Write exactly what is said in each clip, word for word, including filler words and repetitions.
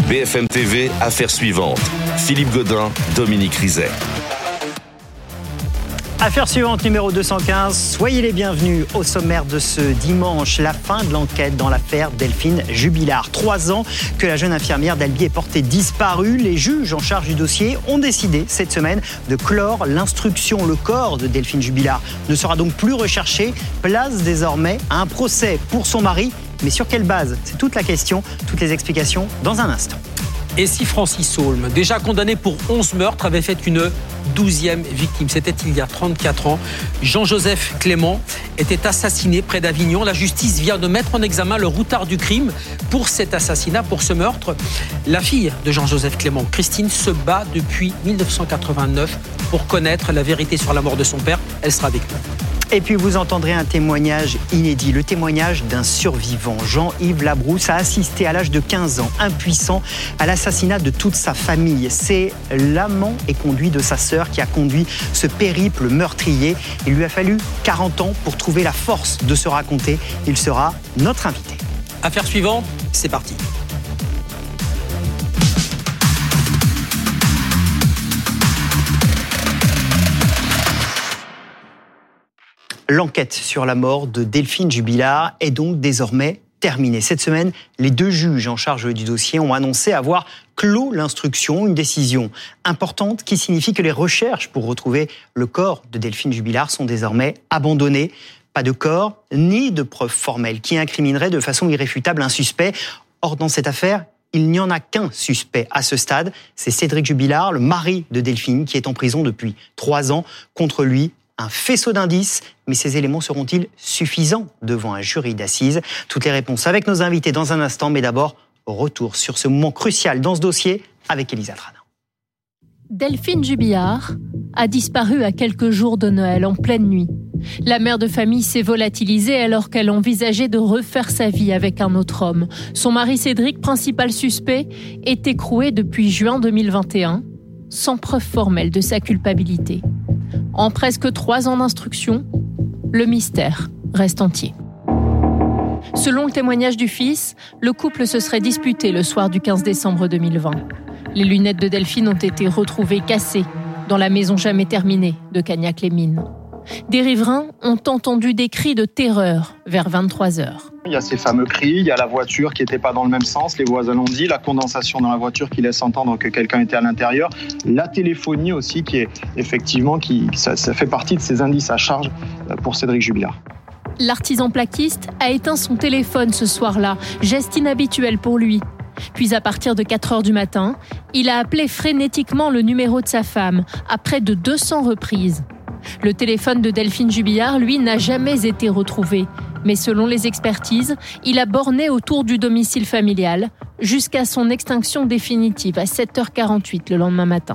B F M T V, affaire suivante. Philippe Godin, Dominique Rizet. Affaire suivante numéro deux cent quinze, soyez les bienvenus au sommaire de ce dimanche. La fin de l'enquête dans l'affaire Delphine Jubilard. Trois ans que la jeune infirmière d'Albi est portée disparue. Les juges en charge du dossier ont décidé cette semaine de clore l'instruction. Le corps de Delphine Jubilard ne sera donc plus recherché. Place désormais à un procès pour son mari. Mais sur quelle base ? C'est toute la question. Toutes les explications dans un instant. Et si Francis Saulme, déjà condamné pour onze meurtres, avait fait une douzième victime ? C'était il y a trente-quatre ans. Jean-Joseph Clément était assassiné près d'Avignon. La justice vient de mettre en examen le routard du crime pour cet assassinat, pour ce meurtre. La fille de Jean-Joseph Clément, Christine, se bat depuis dix-neuf cent quatre-vingt-neuf pour connaître la vérité sur la mort de son père. Elle sera avec nous. Et puis vous entendrez un témoignage inédit, le témoignage d'un survivant. Jean-Yves Labrousse a assisté à l'âge de quinze ans, impuissant, à l'assassinat de toute sa famille. C'est l'amant et conduit de sa sœur qui a conduit ce périple meurtrier. Il lui a fallu quarante ans pour trouver la force de se raconter. Il sera notre invité. Affaire suivante, c'est parti. L'enquête sur la mort de Delphine Jubilard est donc désormais terminée. Cette semaine, les deux juges en charge du dossier ont annoncé avoir clos l'instruction, une décision importante qui signifie que les recherches pour retrouver le corps de Delphine Jubilard sont désormais abandonnées. Pas de corps, ni de preuves formelles qui incrimineraient de façon irréfutable un suspect. Or, dans cette affaire, il n'y en a qu'un suspect à ce stade. C'est Cédric Jubilard, le mari de Delphine, qui est en prison depuis trois ans. Contre lui, un faisceau d'indices, mais ces éléments seront-ils suffisants devant un jury d'assises ? Toutes les réponses avec nos invités dans un instant, mais d'abord, retour sur ce moment crucial dans ce dossier avec Elisa Trana. Delphine Jubilard a disparu à quelques jours de Noël, en pleine nuit. La mère de famille s'est volatilisée alors qu'elle envisageait de refaire sa vie avec un autre homme. Son mari Cédric, principal suspect, est écroué depuis juin deux mille vingt et un, sans preuve formelle de sa culpabilité. En presque trois ans d'instruction, le mystère reste entier. Selon le témoignage du fils, le couple se serait disputé le soir du quinze décembre deux mille vingt. Les lunettes de Delphine ont été retrouvées cassées dans la maison jamais terminée de Cagnac-les-Mines. Des riverains ont entendu des cris de terreur vers vingt-trois heures. Il y a ces fameux cris, il y a la voiture qui n'était pas dans le même sens, les voisins l'ont dit, la condensation dans la voiture qui laisse entendre que quelqu'un était à l'intérieur, la téléphonie aussi qui est effectivement, qui, ça, ça fait partie de ces indices à charge pour Cédric Jubilard. L'artisan plaquiste a éteint son téléphone ce soir-là, geste inhabituel pour lui. Puis à partir de quatre heures du matin, il a appelé frénétiquement le numéro de sa femme, à près de deux cents reprises. Le téléphone de Delphine Jubilard, lui, n'a jamais été retrouvé. Mais selon les expertises, il a borné autour du domicile familial jusqu'à son extinction définitive à sept heures quarante-huit le lendemain matin.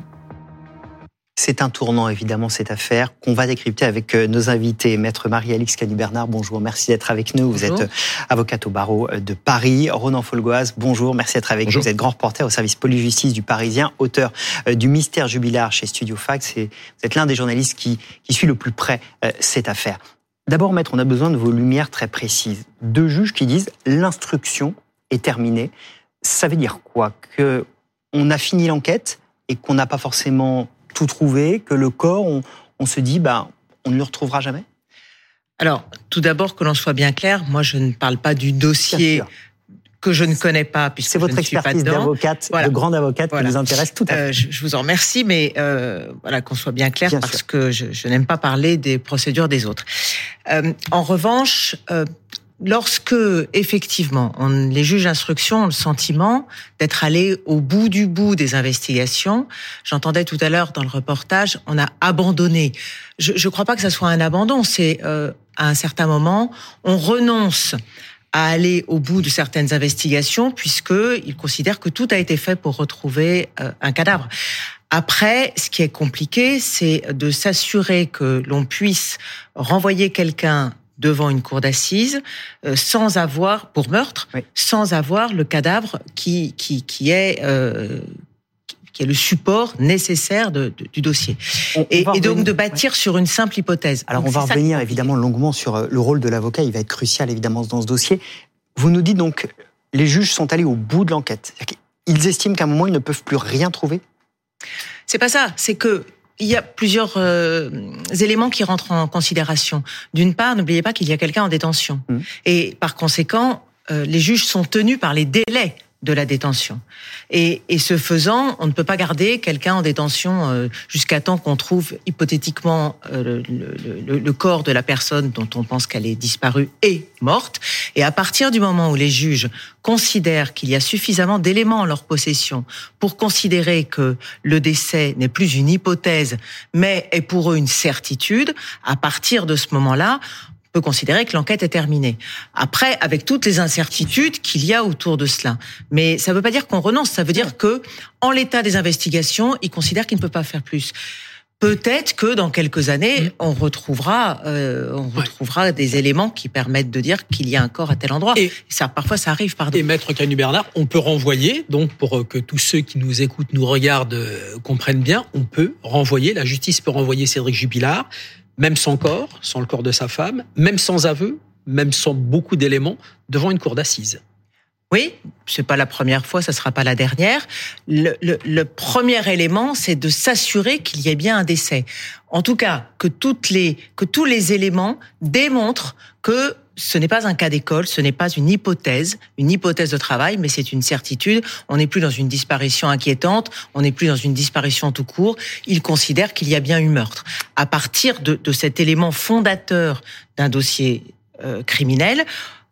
C'est un tournant, évidemment, cette affaire qu'on va décrypter avec nos invités. Maître Marie-Alix Cady-Bernard, bonjour, merci d'être avec nous. Vous bonjour. êtes avocate au barreau de Paris. Ronan Folgoas, bonjour, merci d'être avec bonjour. nous. Vous êtes grand reporter au service police-justice du Parisien, auteur du Mystère Jubilard chez Studio Fax. Et vous êtes l'un des journalistes qui, qui suit le plus près cette affaire. D'abord, Maître, on a besoin de vos lumières très précises. Deux juges qui disent l'instruction est terminée. Ça veut dire quoi ? Qu'on a fini l'enquête et qu'on n'a pas forcément tout trouvé, que le corps, on, on se dit, bah, on ne le retrouvera jamais ? Alors, tout d'abord, que l'on soit bien clair, moi, je ne parle pas du dossier que je ne connais pas, puisque c'est votre je ne suis expertise pas dedans. d'avocate, voilà. de grande avocate voilà. qui nous intéresse tout à fait. Euh, je, je vous en remercie, mais euh, voilà, qu'on soit bien clair, bien parce sûr. que je, je n'aime pas parler des procédures des autres. Euh, en revanche, euh, lorsque, effectivement, on, les juges d'instruction ont le sentiment d'être allés au bout du bout des investigations, j'entendais tout à l'heure dans le reportage, on a abandonné. Je ne crois pas que ça soit un abandon, c'est euh, à un certain moment, on renonce à aller au bout de certaines investigations, puisqu'ils considèrent que tout a été fait pour retrouver euh, un cadavre. Après, ce qui est compliqué, c'est de s'assurer que l'on puisse renvoyer quelqu'un devant une cour d'assises euh, sans avoir, pour meurtre, oui. sans avoir le cadavre qui qui qui est euh, qui est le support nécessaire de, de, du dossier. On, et, on et donc de bâtir ouais. sur une simple hypothèse. Alors donc, on va revenir évidemment longuement sur le rôle de l'avocat, il va être crucial évidemment dans ce dossier. Vous nous dites donc, les juges sont allés au bout de l'enquête. ils estiment qu'à un moment, ils ne peuvent plus rien trouver ? C'est pas ça, c'est que il y a plusieurs euh, éléments qui rentrent en considération. D'une part, n'oubliez pas qu'il y a quelqu'un en détention. Mmh. Et par conséquent, euh, les juges sont tenus par les délais de la détention. Et, et ce faisant, on ne peut pas garder quelqu'un en détention euh, jusqu'à temps qu'on trouve hypothétiquement euh, le, le, le corps de la personne dont on pense qu'elle est disparue et morte. Et à partir du moment où les juges considèrent qu'il y a suffisamment d'éléments en leur possession pour considérer que le décès n'est plus une hypothèse, mais est pour eux une certitude, à partir de ce moment-là, peut considérer que l'enquête est terminée. Après, avec toutes les incertitudes qu'il y a autour de cela. Mais ça ne veut pas dire qu'on renonce, ça veut dire que, en l'état des investigations, ils considèrent qu'ils ne peuvent pas faire plus. Peut-être que dans quelques années, on retrouvera, euh, on retrouvera ouais. des éléments qui permettent de dire qu'il y a un corps à tel endroit. Et ça, parfois, ça arrive. Pardon. Et Maître Canu-Bernard, on peut renvoyer, donc pour que tous ceux qui nous écoutent, nous regardent, euh, comprennent bien, on peut renvoyer, la justice peut renvoyer Cédric Jubilard, même sans corps, sans le corps de sa femme, même sans aveu, même sans beaucoup d'éléments, devant une cour d'assises. Oui, c'est pas la première fois, ça sera pas la dernière. Le, le, le premier élément, c'est de s'assurer qu'il y ait bien un décès. En tout cas, que toutes les, que tous les éléments démontrent que ce n'est pas un cas d'école, ce n'est pas une hypothèse, une hypothèse de travail, mais c'est une certitude. On n'est plus dans une disparition inquiétante, on n'est plus dans une disparition tout court. Ils considèrent qu'il y a bien eu meurtre. À partir de, de cet élément fondateur d'un dossier euh, criminel,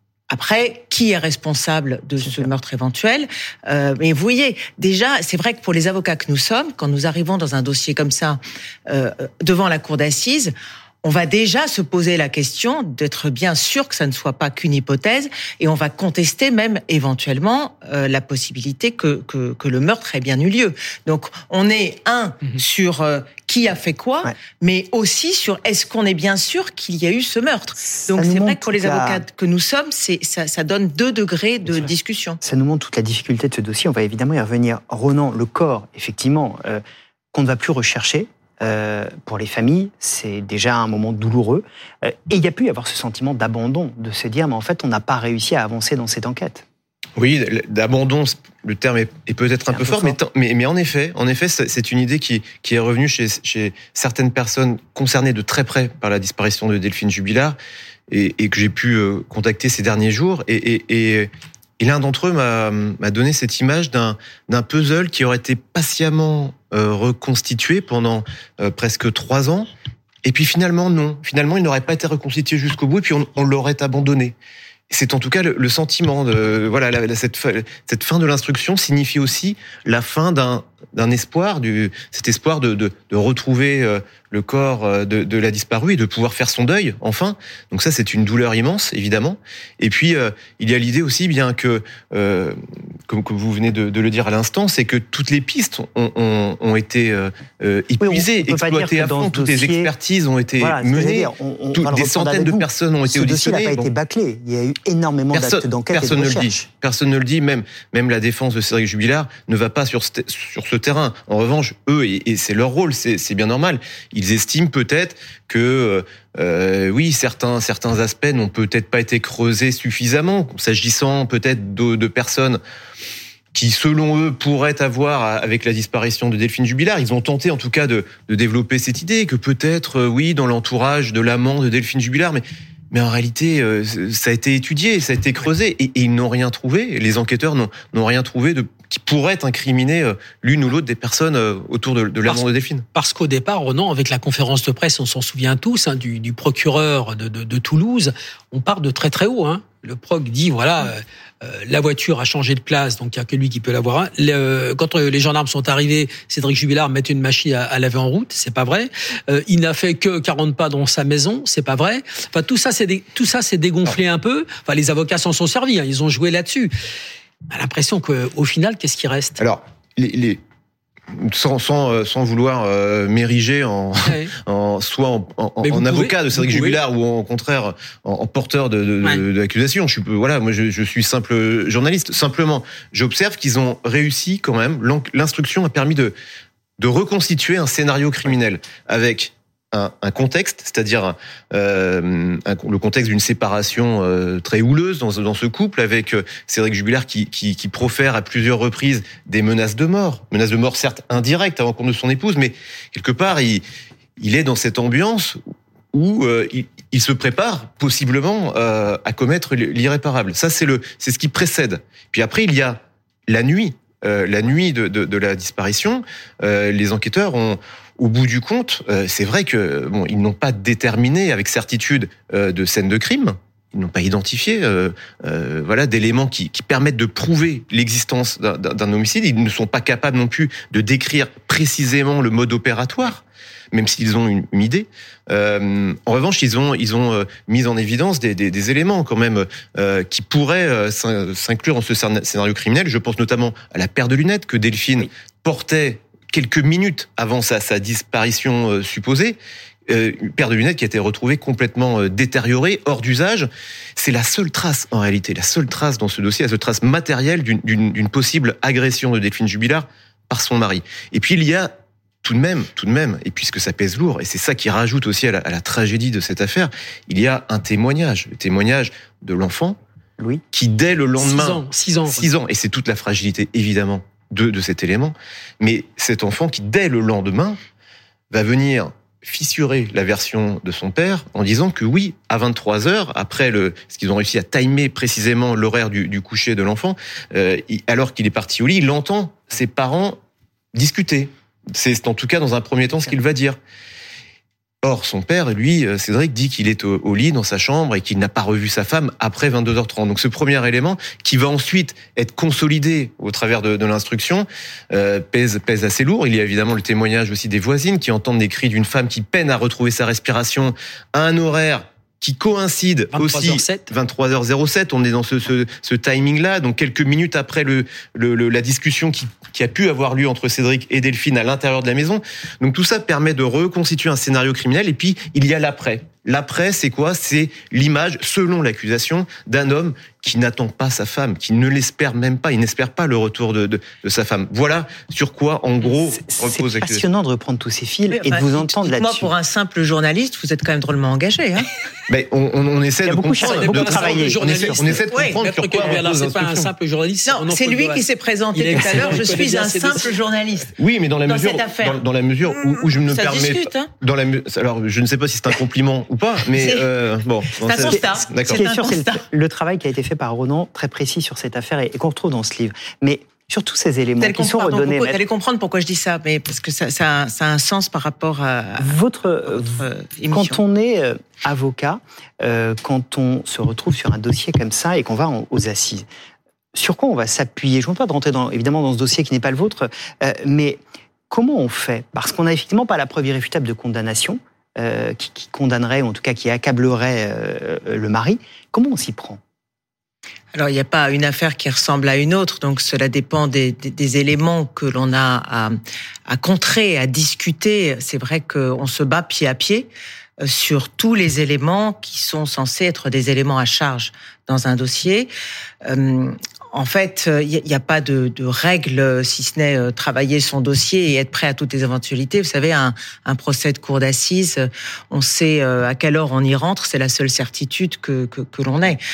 après, qui est responsable de ce meurtre éventuel ? euh, Mais vous voyez, déjà, c'est vrai que pour les avocats que nous sommes, quand nous arrivons dans un dossier comme ça, euh, devant la cour d'assises, on va déjà se poser la question d'être bien sûr que ça ne soit pas qu'une hypothèse, et on va contester même éventuellement euh, la possibilité que, que que le meurtre ait bien eu lieu. Donc on est un mmh. sur euh, qui a fait quoi, ouais. mais aussi sur est-ce qu'on est bien sûr qu'il y a eu ce meurtre. Donc c'est vrai que pour les la... avocats que nous sommes, c'est ça, ça donne deux degrés de discussion. Ça nous montre toute la difficulté de ce dossier. On va évidemment y revenir. Ronan, le corps, effectivement, euh, qu'on ne va plus rechercher. Euh, pour les familles, c'est déjà un moment douloureux. Euh, et il y a pu y avoir ce sentiment d'abandon, de se dire, mais en fait, on n'a pas réussi à avancer dans cette enquête. Oui, d'abandon, le terme est, est peut-être un, un peu, peu fort, fort. Mais, mais, mais en effet, en effet, c'est une idée qui, qui est revenue chez, chez certaines personnes concernées de très près par la disparition de Delphine Jubilard et, et que j'ai pu euh, contacter ces derniers jours. Et, et, et, et l'un d'entre eux m'a, m'a donné cette image d'un, d'un puzzle qui aurait été patiemment euh, reconstitué pendant euh, presque trois ans. Et puis finalement, non. Finalement, il n'aurait pas été reconstitué jusqu'au bout et puis on, on l'aurait abandonné. C'est en tout cas le, le sentiment de voilà la, la, cette, cette fin de l'instruction signifie aussi la fin d'un d'un espoir, du cet espoir de de, de retrouver euh, le corps de, de la disparue et de pouvoir faire son deuil enfin. Donc ça c'est une douleur immense évidemment. Et puis euh, il y a l'idée aussi bien que euh, comme, comme vous venez de, de le dire à l'instant, c'est que toutes les pistes ont, ont, ont été euh, épuisées, oui, exploitées à fond, toutes dossier, les expertises ont été voilà, menées, on, on, toutes, des centaines de personnes ont été ce auditionnées. Ce dossier n'a pas bon. été bâclé. Il y a eu énormément personne, d'actes d'enquête personne et de ne recherche. Le dit. Personne ne le dit. Même même la défense de Cédric Jubilard ne va pas sur ce, sur ce terrain. En revanche, eux, et, et c'est leur rôle, c'est, c'est bien normal, ils estiment peut-être que euh, oui, certains certains aspects n'ont peut-être pas été creusés suffisamment, s'agissant peut-être de, de personnes qui, selon eux, pourraient avoir, avec la disparition de Delphine Jubilard, ils ont tenté en tout cas de, de développer cette idée que peut-être, oui, dans l'entourage de l'amant de Delphine Jubilard, mais Mais en réalité, ça a été étudié, ça a été creusé, et, et ils n'ont rien trouvé. Les enquêteurs n'ont, n'ont rien trouvé de, qui pourrait incriminer l'une ou l'autre des personnes autour de, de l'amant de Delphine. Parce qu'au départ, Ronan, avec la conférence de presse, on s'en souvient tous, hein, du, du procureur de, de, de Toulouse, on part de très très haut. Hein. Le proc dit, voilà, euh, euh, la voiture a changé de place, donc il n'y a que lui qui peut l'avoir. Hein. Le, quand les gendarmes sont arrivés, Cédric Jubilard met une machine à, à laver en route, c'est pas vrai. Euh, il n'a fait que quarante pas dans sa maison, c'est pas vrai. Enfin, tout ça, c'est dé, tout ça, c'est dégonflé un peu. Enfin, les avocats s'en sont servis, hein, ils ont joué là-dessus. On a l'impression qu'au final, qu'est-ce qui reste ? Alors, les... les... Sans, sans, sans vouloir euh, m'ériger en, ouais. en soit en, en, en avocat de Cédric Jubilard ou en, au contraire en, en porteur de, de, ouais. de, de l'accusation. Je suis voilà, moi je, je suis simple journaliste. Simplement, j'observe qu'ils ont réussi quand même. L'instruction a permis de de reconstituer un scénario criminel avec un, un contexte, c'est-à-dire euh, un, le contexte d'une séparation euh, très houleuse dans, dans ce couple, avec euh, Cédric Jubilard qui, qui, qui profère à plusieurs reprises des menaces de mort, menaces de mort certes indirectes à l'encontre de son épouse, mais quelque part il, il est dans cette ambiance où euh, il, il se prépare possiblement euh, à commettre l'irréparable. Ça c'est le, c'est ce qui précède. Puis après il y a la nuit. Euh, la nuit de, de, de la disparition, euh, les enquêteurs ont, au bout du compte, euh, c'est vrai que bon, ils n'ont pas déterminé avec certitude euh, de scène de crime. Ils n'ont pas identifié, euh, euh, voilà, d'éléments qui, qui permettent de prouver l'existence d'un, d'un homicide. Ils ne sont pas capables non plus de décrire précisément le mode opératoire, même s'ils ont une, une idée. Euh, en revanche, ils ont ils ont euh, mis en évidence des, des, des éléments quand même euh, qui pourraient euh, s'inclure dans ce scénario criminel. Je pense notamment à la paire de lunettes que Delphine oui. portait quelques minutes avant sa, sa disparition euh, supposée. Euh, une paire de lunettes qui a été retrouvée complètement euh, détériorée, hors d'usage. C'est la seule trace, en réalité, la seule trace dans ce dossier, la seule trace matérielle d'une, d'une, d'une possible agression de Delphine Jubilard par son mari. Et puis il y a tout de même, tout de même, et puisque ça pèse lourd, et c'est ça qui rajoute aussi à la, à la tragédie de cette affaire, il y a un témoignage, le témoignage de l'enfant, oui. qui dès le lendemain... Six ans, six ans. Six ans, et c'est toute la fragilité, évidemment, de, de cet élément, mais cet enfant qui, dès le lendemain, va venir fissurer la version de son père en disant que oui, à vingt-trois heures, après le, ce qu'ils ont réussi à timer précisément l'horaire du, du coucher de l'enfant, euh, alors qu'il est parti au lit, il entend ses parents discuter. C'est en tout cas dans un premier temps ce qu'il va dire. Or, son père, lui, Cédric, dit qu'il est au, au lit dans sa chambre et qu'il n'a pas revu sa femme après vingt-deux heures trente. Donc ce premier élément, qui va ensuite être consolidé au travers de, de l'instruction, euh, pèse, pèse assez lourd. Il y a évidemment le témoignage aussi des voisines qui entendent des cris d'une femme qui peine à retrouver sa respiration à un horaire qui coïncide aussi vingt-trois heures zéro sept. On est dans ce, ce, ce timing-là, donc quelques minutes après le, le, le la discussion qui, qui a pu avoir lieu entre Cédric et Delphine à l'intérieur de la maison. Donc tout ça permet de reconstituer un scénario criminel. Et puis il y a l'après. L'après, c'est quoi ? C'est l'image, selon l'accusation, d'un homme qui n'attend pas sa femme, qui ne l'espère même pas, il n'espère pas le retour de, de, de sa femme. Voilà sur quoi, en gros, c'est, repose l'accusation. C'est passionnant de reprendre tous ces fils oui, et enfin, de vous entendre là-dessus. Moi, pour un simple journaliste, vous êtes quand même drôlement engagé. Hein ben, on, on, on essaie de comprendre. De, de travailler. On essaie, on essaie de comprendre oui, sur quoi on repose c'est pas un simple journaliste. Non, c'est lui qui s'est présenté tout à l'heure. Je suis un simple journaliste. Oui, mais dans la mesure, dans, dans la mesure où, où je me ça permets, discute, hein. dans la, alors je ne sais pas si c'est un compliment ou pas, mais euh, bon. C'est un constat. D'accord. Ce qui est sûr, c'est le, le travail qui a été fait par Ronan, très précis sur cette affaire et, et qu'on retrouve dans ce livre. Mais sur tous ces éléments qui sont redonnés. Vous allez comprendre pourquoi je dis ça, mais parce que ça, ça, ça a un sens par rapport à, à votre, votre émission. Quand on est euh, avocat, euh, quand on se retrouve sur un dossier comme ça et qu'on va en, aux assises, sur quoi on va s'appuyer ? Je ne veux pas rentrer dans, évidemment dans ce dossier qui n'est pas le vôtre, euh, mais comment on fait ? Parce qu'on n'a effectivement pas la preuve irréfutable de condamnation. Euh, qui, qui condamnerait, ou en tout cas qui accablerait euh, le mari. Comment on s'y prend ? Alors, il n'y a pas une affaire qui ressemble à une autre, donc cela dépend des, des, des éléments que l'on a à, à contrer, à discuter. C'est vrai qu'on se bat pied à pied sur tous les éléments qui sont censés être des éléments à charge dans un dossier. Euh, En fait, il n'y a pas de, de règles, si ce n'est travailler son dossier et être prêt à toutes les éventualités. Vous savez, un, un procès de cour d'assises, on sait à quelle heure on y rentre, c'est la seule certitude que, que, que l'on ait.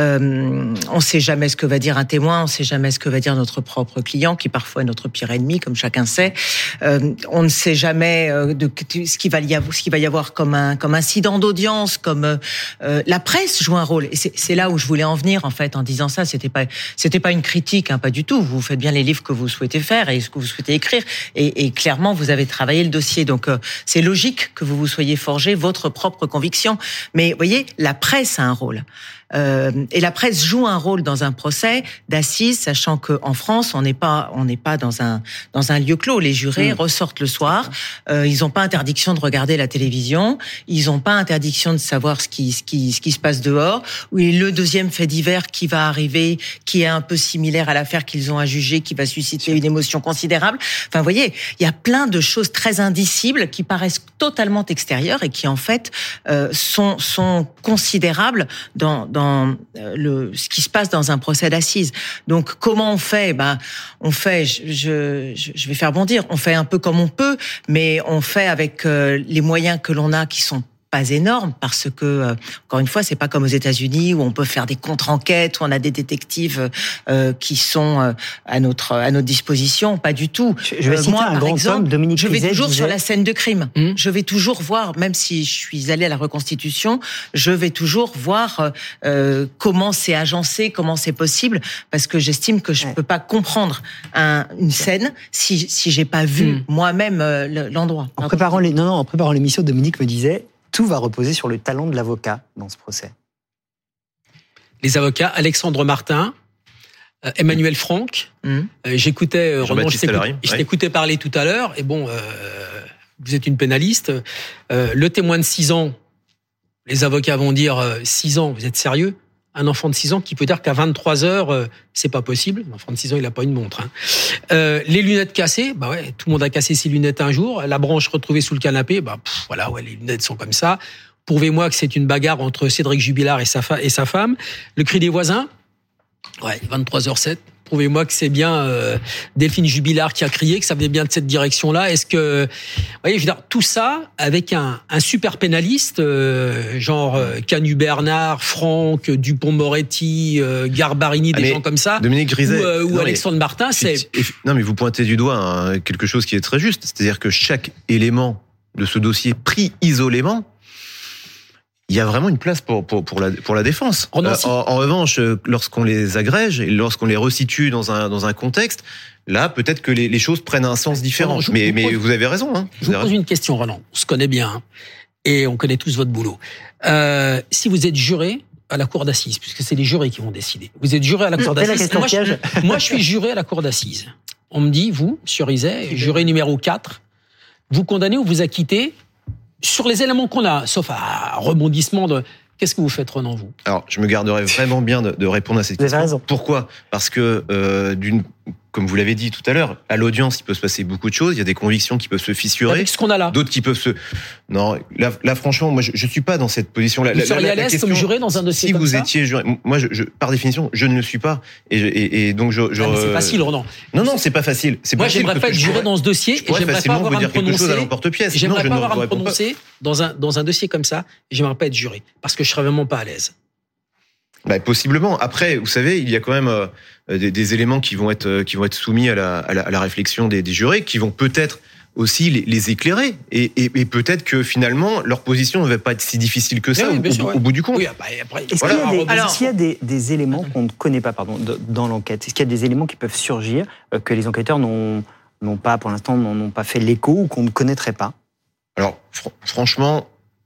Euh, on ne sait jamais ce que va dire un témoin, on ne sait jamais ce que va dire notre propre client, qui parfois est notre pire ennemi, comme chacun sait. Euh, on ne sait jamais de ce qu'il va y avoir, ce qu'il va y avoir comme un comme incident d'audience, comme euh, la presse joue un rôle. Et c'est, c'est là où je voulais en venir, en fait, en disant ça. C'était pas c'était pas une critique, hein, pas du tout. Vous faites bien les livres que vous souhaitez faire et ce que vous souhaitez écrire. Et, et clairement, vous avez travaillé le dossier. Donc, euh, c'est logique que vous vous soyez forgé votre propre conviction. Mais, vous voyez, la presse a un rôle. Euh, et la presse joue un rôle dans un procès d'assises, sachant que en France, on n'est pas, on n'est pas dans un dans un lieu clos. Les jurés mmh. ressortent le soir. Euh, ils n'ont pas interdiction de regarder la télévision. Ils n'ont pas interdiction de savoir ce qui ce qui ce qui se passe dehors. Oui, le deuxième fait divers qui va arriver, qui est un un peu similaire à l'affaire qu'ils ont à juger, qui va susciter une émotion considérable. Enfin, vous voyez, il y a plein de choses très indicibles qui paraissent totalement extérieures et qui, en fait, euh, sont, sont considérables dans, dans le, ce qui se passe dans un procès d'assises. Donc, comment on fait? Ben, on fait, je, je, je vais faire bondir, on fait un peu comme on peut, mais on fait avec euh, les moyens que l'on a qui sont pas énorme parce que, euh, encore une fois, c'est pas comme aux États-Unis où on peut faire des contre-enquêtes, où on a des détectives euh, qui sont euh, à notre à notre disposition. Pas du tout. Je vais euh, citer moi, un par grand exemple, homme, Dominique je vais Rizet, toujours disait... sur la scène de crime. Mmh. Je vais toujours voir, même si je suis allée à la reconstitution, je vais toujours voir euh, comment c'est agencé, comment c'est possible, parce que j'estime que je ouais. peux pas comprendre un, une scène si si j'ai pas vu mmh. moi-même euh, l'endroit. En préparant les non non en préparant l'émission, Dominique me disait. Tout va reposer sur le talent de l'avocat dans ce procès. Les avocats, Alexandre Martin, euh, Emmanuel Franck. Mmh. Euh, j'écoutais, euh, Roland, je t'écoutais, je t'écoutais parler tout à l'heure. Et bon, euh, vous êtes une pénaliste. Euh, le témoin de six ans, les avocats vont dire euh, six ans, vous êtes sérieux? Un enfant de six ans qui peut dire qu'à vingt-trois heures, euh, c'est pas possible. Un enfant de six ans, il a pas une montre. Hein. Euh, les lunettes cassées, bah ouais, tout le monde a cassé ses lunettes un jour. La branche retrouvée sous le canapé, bah pff, voilà, ouais, les lunettes sont comme ça. Prouvez-moi que c'est une bagarre entre Cédric Jubilard et sa, fa- et sa femme. Le cri des voisins, ouais, vingt-trois heures sept. Prouvez-moi que c'est bien euh, Delphine Jubilard qui a crié, que ça venait bien de cette direction-là. Est-ce que, vous voyez, je veux dire, tout ça avec un, un super pénaliste, euh, genre euh, Canu Bernard, Franck, Dupont-Moretti, euh, Garbarini, des ah gens comme ça, Dominique Rizet, ou, euh, ou non, Alexandre Martin, c'est... Non, mais vous pointez du doigt hein, quelque chose qui est très juste, c'est-à-dire que chaque élément de ce dossier pris isolément, il y a vraiment une place pour pour pour la pour la défense. Oh non, euh, si. en, en revanche, lorsqu'on les agrège et lorsqu'on les resitue dans un dans un contexte, là peut-être que les, les choses prennent un sens différent. Non, mais mais pose, vous avez raison. Hein, je vous pose raison. Une question, Roland. On se connaît bien hein, et on connaît tous votre boulot. Euh, si vous êtes juré à la cour d'assises, puisque c'est les jurés qui vont décider. Vous êtes juré à la cour d'assises. Moi, je, moi, je suis juré à la cour d'assises. On me dit, vous, Monsieur Rizet, juré numéro quatre, vous condamnez ou vous acquittez sur les éléments qu'on a, sauf à rebondissement de... Qu'est-ce que vous faites, Ronan, vous? Alors, je me garderai vraiment bien de, de répondre à cette vous question. Avez raison. Pourquoi? Parce que, euh, d'une, comme vous l'avez dit tout à l'heure, à l'audience, il peut se passer beaucoup de choses. Il y a des convictions qui peuvent se fissurer. Avec ce qu'on a là. D'autres qui peuvent se... Non, là, là franchement, moi, je, je suis pas dans cette position-là. Vous seriez à l'aise comme juré dans un dossier si comme vous ça étiez juré, moi, je, je, par définition, je ne le suis pas. Et, et, et donc, je... je ah, mais c'est facile, Ronan. Non, non, c'est pas facile. C'est moi, pas j'aimerais pas être juré dans ce dossier. Je pourrais facilement vous dire quelque chose à l'emporte-pièce. J'aimerais pas avoir à me prononcer dans un, dans un dossier comme ça. J'aimerais pas être juré. Parce que je serais vraiment pas à l'aise. Bah, possiblement. Après, vous savez, il y a quand même euh, des, des éléments qui vont être euh, qui vont être soumis à la, à la, à la réflexion des, des jurés, qui vont peut-être aussi les, les éclairer, et, et, et peut-être que finalement leur position ne va pas être si difficile que ça, oui, au, sûr, au, ouais. au bout du compte. Oui, bah, après, est-ce voilà. qu'il y a des, Alors, est-ce qu'il y a des, des éléments qu'on ne connaît pas, pardon, dans l'enquête? Est-ce qu'il y a des éléments qui peuvent surgir euh, que les enquêteurs n'ont n'ont pas, pour l'instant, n'ont pas fait l'écho ou qu'on ne connaîtrait pas? Alors, fr- franchement.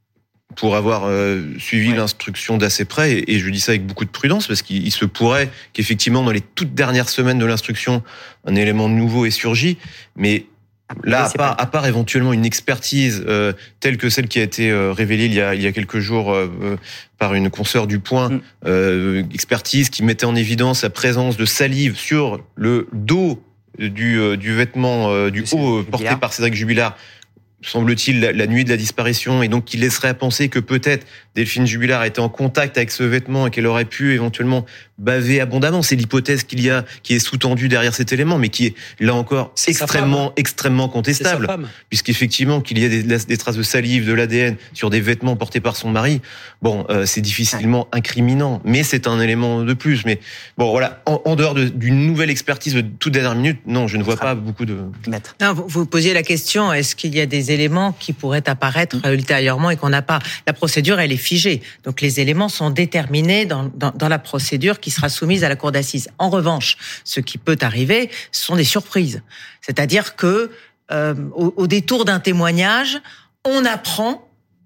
Pour avoir euh, suivi ouais. l'instruction d'assez près, et, et je dis ça avec beaucoup de prudence, parce qu'il se pourrait qu'effectivement, dans les toutes dernières semaines de l'instruction, un élément nouveau ait surgi, mais là, à part, à part éventuellement une expertise euh, telle que celle qui a été euh, révélée il y a, il y a quelques jours euh, par une consoeur du Point, mm. euh, expertise qui mettait en évidence la présence de salive sur le dos du, euh, du vêtement euh, du haut porté par Cédric Jubilard, semble-t-il, la, la nuit de la disparition, et donc qui laisserait à penser que peut-être Delphine Jubilard a été en contact avec ce vêtement et qu'elle aurait pu éventuellement baver abondamment. C'est l'hypothèse qu'il y a, qui est sous-tendue derrière cet élément, mais qui est, là encore, c'est extrêmement, extrêmement contestable. Puisqu'effectivement, qu'il y a des, des traces de salive, de l'A D N sur des vêtements portés par son mari, bon, euh, c'est difficilement incriminant, mais c'est un élément de plus. Mais bon, voilà, en, en dehors de, d'une nouvelle expertise de toute dernière minute, non, je ne vois pas beaucoup de... Non, vous, vous posiez la question, est-ce qu'il y a des éléments qui pourraient apparaître mmh. ultérieurement et qu'on n'a pas? La procédure, elle est figée. Donc les éléments sont déterminés dans, dans, dans la procédure qui sera soumise à la cour d'assises. En revanche, ce qui peut arriver, ce sont des surprises. C'est-à-dire que euh, au, au détour d'un témoignage, on apprend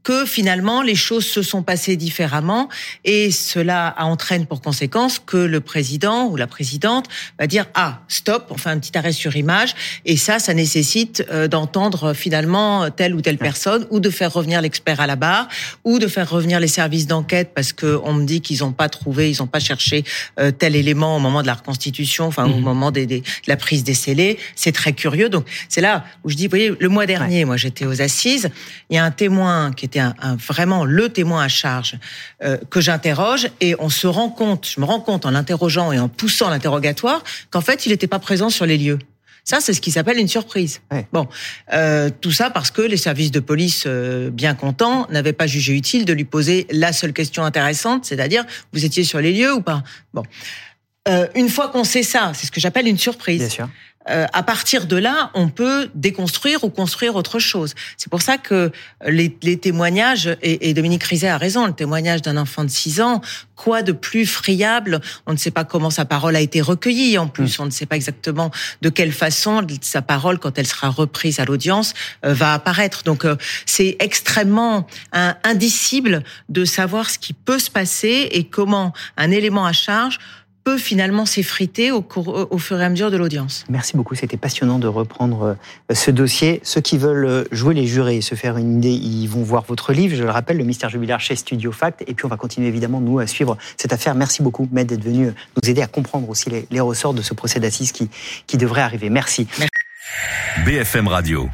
que finalement les choses se sont passées différemment et cela entraîne pour conséquence que le président ou la présidente va dire ah stop, on fait un petit arrêt sur image et ça, ça nécessite d'entendre finalement telle ou telle personne ou de faire revenir l'expert à la barre ou de faire revenir les services d'enquête parce que on me dit qu'ils n'ont pas trouvé, ils n'ont pas cherché tel élément au moment de la reconstitution, enfin mmh. au moment des, des, de la prise des scellés. C'est très curieux. Donc c'est là où je dis, vous voyez, le mois dernier, ouais. moi j'étais aux assises, il y a un témoin qui était un, un, vraiment le témoin à charge euh, que j'interroge et on se rend compte, je me rends compte en l'interrogeant et en poussant l'interrogatoire qu'en fait il n'était pas présent sur les lieux. Ça, c'est ce qui s'appelle une surprise. Ouais. Bon, euh, tout ça parce que les services de police, euh, bien contents, n'avaient pas jugé utile de lui poser la seule question intéressante, c'est-à-dire, vous étiez sur les lieux ou pas ? Bon, euh, une fois qu'on sait ça, c'est ce que j'appelle une surprise. Bien sûr. Euh, à partir de là, on peut déconstruire ou construire autre chose. C'est pour ça que les, les témoignages, et, et Dominique Rizet a raison, le témoignage d'un enfant de six ans, quoi de plus friable ? On ne sait pas comment sa parole a été recueillie, en plus, mmh. on ne sait pas exactement de quelle façon sa parole, quand elle sera reprise à l'audience, euh, va apparaître. Donc, euh, c'est extrêmement hein, indicible de savoir ce qui peut se passer et comment un élément à charge peut finalement s'effriter au, cours, au fur et à mesure de l'audience. Merci beaucoup, c'était passionnant de reprendre ce dossier. Ceux qui veulent jouer les jurés et se faire une idée, ils vont voir votre livre, je le rappelle, Le Mystère Jubilaire chez Studio Fact. Et puis on va continuer évidemment, nous, à suivre cette affaire. Merci beaucoup, Maître, d'être venu nous aider à comprendre aussi les, les ressorts de ce procès d'assises qui, qui devrait arriver. Merci. Merci. B F M Radio.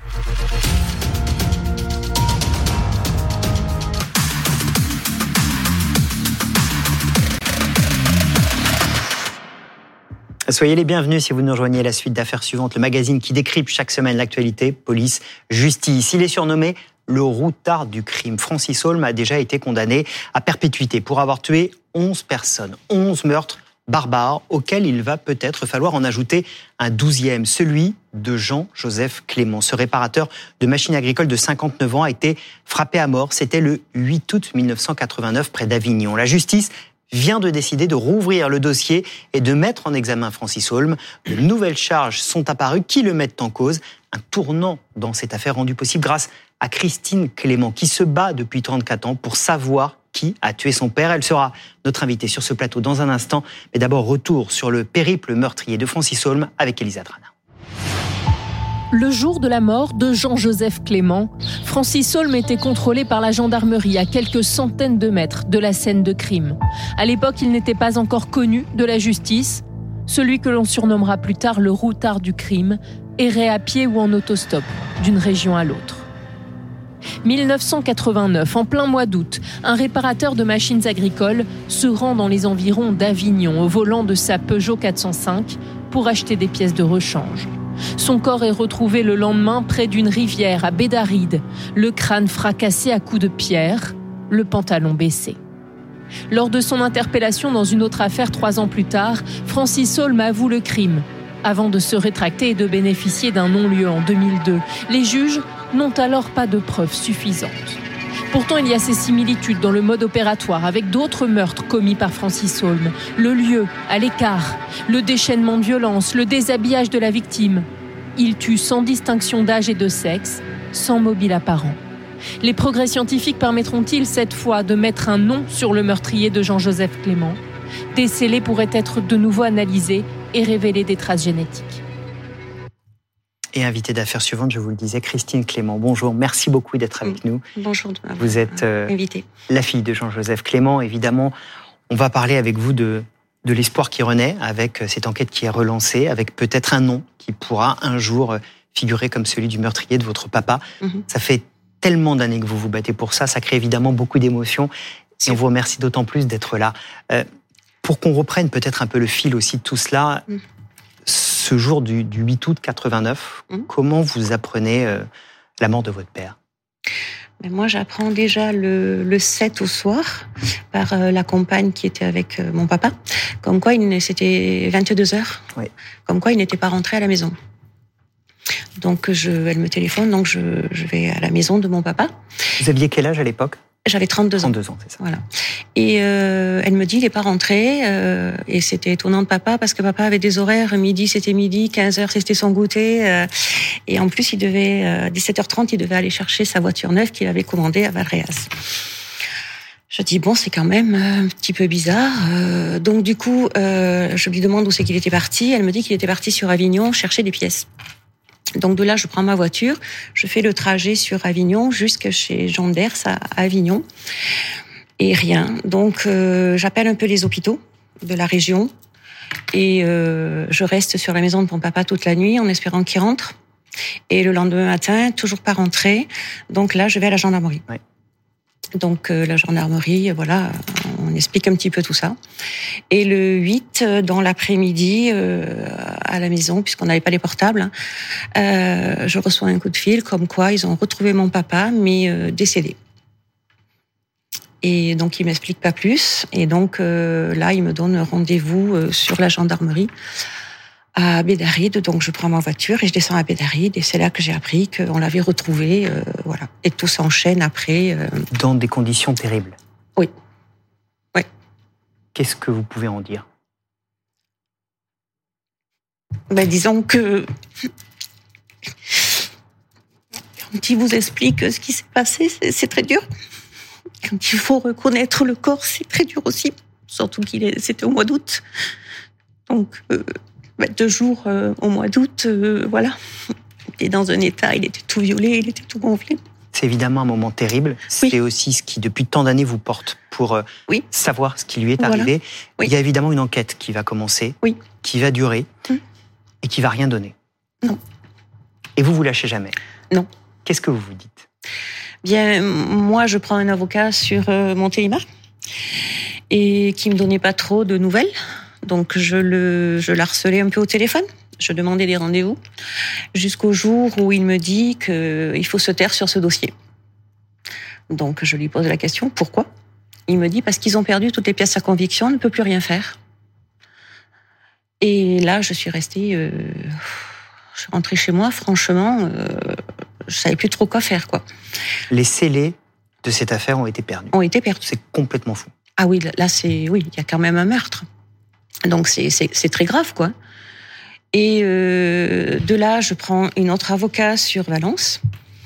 Soyez les bienvenus si vous nous rejoignez à la suite d'Affaires suivantes, le magazine qui décrypte chaque semaine l'actualité, police, justice. Il est surnommé le routard du crime. Francis Holm a déjà été condamné à perpétuité pour avoir tué onze personnes, onze meurtres barbares auxquels il va peut-être falloir en ajouter un douzième, celui de Jean-Joseph Clément. Ce réparateur de machines agricoles de cinquante-neuf ans a été frappé à mort. C'était le huit août mille neuf cent quatre-vingt-neuf près d'Avignon. La justice vient de décider de rouvrir le dossier et de mettre en examen Francis Holm. De nouvelles charges sont apparues qui le mettent en cause. Un tournant dans cette affaire rendu possible grâce à Christine Clément qui se bat depuis trente-quatre ans pour savoir qui a tué son père. Elle sera notre invitée sur ce plateau dans un instant. Mais d'abord, retour sur le périple meurtrier de Francis Holm avec Elisa Drana. Le jour de la mort de Jean-Joseph Clément, Francis Holm était contrôlé par la gendarmerie à quelques centaines de mètres de la scène de crime. À l'époque, il n'était pas encore connu de la justice. Celui que l'on surnommera plus tard le routard du crime errait à pied ou en autostop d'une région à l'autre. mille neuf cent quatre-vingt-neuf, en plein mois d'août, un réparateur de machines agricoles se rend dans les environs d'Avignon au volant de sa Peugeot quatre cent cinq pour acheter des pièces de rechange. Son corps est retrouvé le lendemain près d'une rivière à Bédaride, le crâne fracassé à coups de pierre, le pantalon baissé. Lors de son interpellation dans une autre affaire trois ans plus tard, Francis Holm avoue le crime, avant de se rétracter et de bénéficier d'un non-lieu en deux mille deux. Les juges n'ont alors pas de preuves suffisantes. Pourtant, il y a ces similitudes dans le mode opératoire avec d'autres meurtres commis par Francis Holm. Le lieu, à l'écart, le déchaînement de violence, le déshabillage de la victime. Il tue sans distinction d'âge et de sexe, sans mobile apparent. Les progrès scientifiques permettront-ils cette fois de mettre un nom sur le meurtrier de Jean-Joseph Clément ? Des scellés pourraient être de nouveau analysés et révéler des traces génétiques. Et invitée d'Affaires suivantes, je vous le disais, Christine Clément. Bonjour, merci beaucoup d'être avec nous. Bonjour. Vous êtes euh, la fille de Jean-Joseph Clément. Évidemment, on va parler avec vous de, de l'espoir qui renaît, avec cette enquête qui est relancée, avec peut-être un nom qui pourra un jour figurer comme celui du meurtrier de votre papa. Mm-hmm. Ça fait tellement d'années que vous vous battez pour ça, ça crée évidemment beaucoup d'émotions. Et on vous remercie d'autant plus d'être là. Euh, pour qu'on reprenne peut-être un peu le fil aussi de tout cela, mm. ce jour du, du huit août quatre-vingt-neuf, mmh. comment vous apprenez euh, la mort de votre père ? Mais moi, j'apprends déjà le, le sept au soir par euh, la compagne qui était avec euh, mon papa, comme quoi il, c'était vingt-deux heures, oui. comme quoi il n'était pas rentré à la maison. Donc, je, elle me téléphone, donc je, je vais à la maison de mon papa. Vous aviez quel âge à l'époque ? J'avais trente-deux ans. trente-deux ans, c'est ça. Voilà. Et euh, elle me dit, il n'est pas rentré. Euh, et c'était étonnant de papa, parce que papa avait des horaires. Midi, c'était midi. quinze heures, c'était son goûter. Euh, et en plus, il devait, euh, dix-sept heures trente, il devait aller chercher sa voiture neuve qu'il avait commandée à Valréas. Je dis, bon, c'est quand même un petit peu bizarre. Euh, donc, du coup, euh, je lui demande où c'est qu'il était parti. Elle me dit qu'il était parti sur Avignon chercher des pièces. Donc, de là, je prends ma voiture. Je fais le trajet sur Avignon jusqu'à chez Jean Ders à Avignon. Et rien. Donc, euh, j'appelle un peu les hôpitaux de la région. Et euh, je reste sur la maison de mon papa toute la nuit en espérant qu'il rentre. Et le lendemain matin, toujours pas rentré. Donc là, je vais à la gendarmerie. Ouais. Donc euh, la gendarmerie, voilà, on explique un petit peu tout ça. Et le huit, dans l'après-midi, euh, à la maison, puisqu'on n'avait pas les portables, euh, je reçois un coup de fil comme quoi ils ont retrouvé mon papa, mais euh, décédé. Et donc il m'explique pas plus. Et donc euh, là, il me donne rendez-vous euh, sur la gendarmerie à Bédaride. Donc je prends ma voiture et je descends à Bédaride, et c'est là que j'ai appris qu'on l'avait retrouvé, euh, voilà. Et tout s'enchaîne après. Euh... Dans des conditions terribles. Oui. Oui. Qu'est-ce que vous pouvez en dire? Ben, disons que quand il vous explique ce qui s'est passé, c'est, c'est très dur. Quand il faut reconnaître le corps, c'est très dur aussi. Surtout qu'il est, c'était au mois d'août. Donc, euh, ben, deux jours euh, au mois d'août, euh, voilà. Il était dans un état, il était tout violet, il était tout gonflé. C'est évidemment un moment terrible. C'est oui. aussi ce qui, depuis tant d'années, vous porte pour euh, oui. savoir ce qui lui est voilà. arrivé. Oui. Il y a évidemment une enquête qui va commencer, oui. qui va durer hum. et qui va rien donner. Non. Et vous vous lâchez jamais. Non. Qu'est-ce que vous vous dites? Bien, moi, je prends un avocat sur euh, Montélimar et qui me donnait pas trop de nouvelles. Donc, je le, je l'harcelais un peu au téléphone. Je demandais des rendez-vous jusqu'au jour où il me dit qu'il faut se taire sur ce dossier. Donc, je lui pose la question, pourquoi? Il me dit, parce qu'ils ont perdu toutes les pièces à conviction, on ne peut plus rien faire. Et là, je suis restée... Euh, je suis rentrée chez moi, franchement, euh, je savais plus trop quoi faire, quoi. Les scellés de cette affaire ont été perdus. Ont été perdus. C'est complètement fou. Ah oui, là, c'est... Oui, il y a quand même un meurtre. Donc, c'est, c'est, c'est très grave, quoi. Et euh, de là, je prends une autre avocat sur Valence,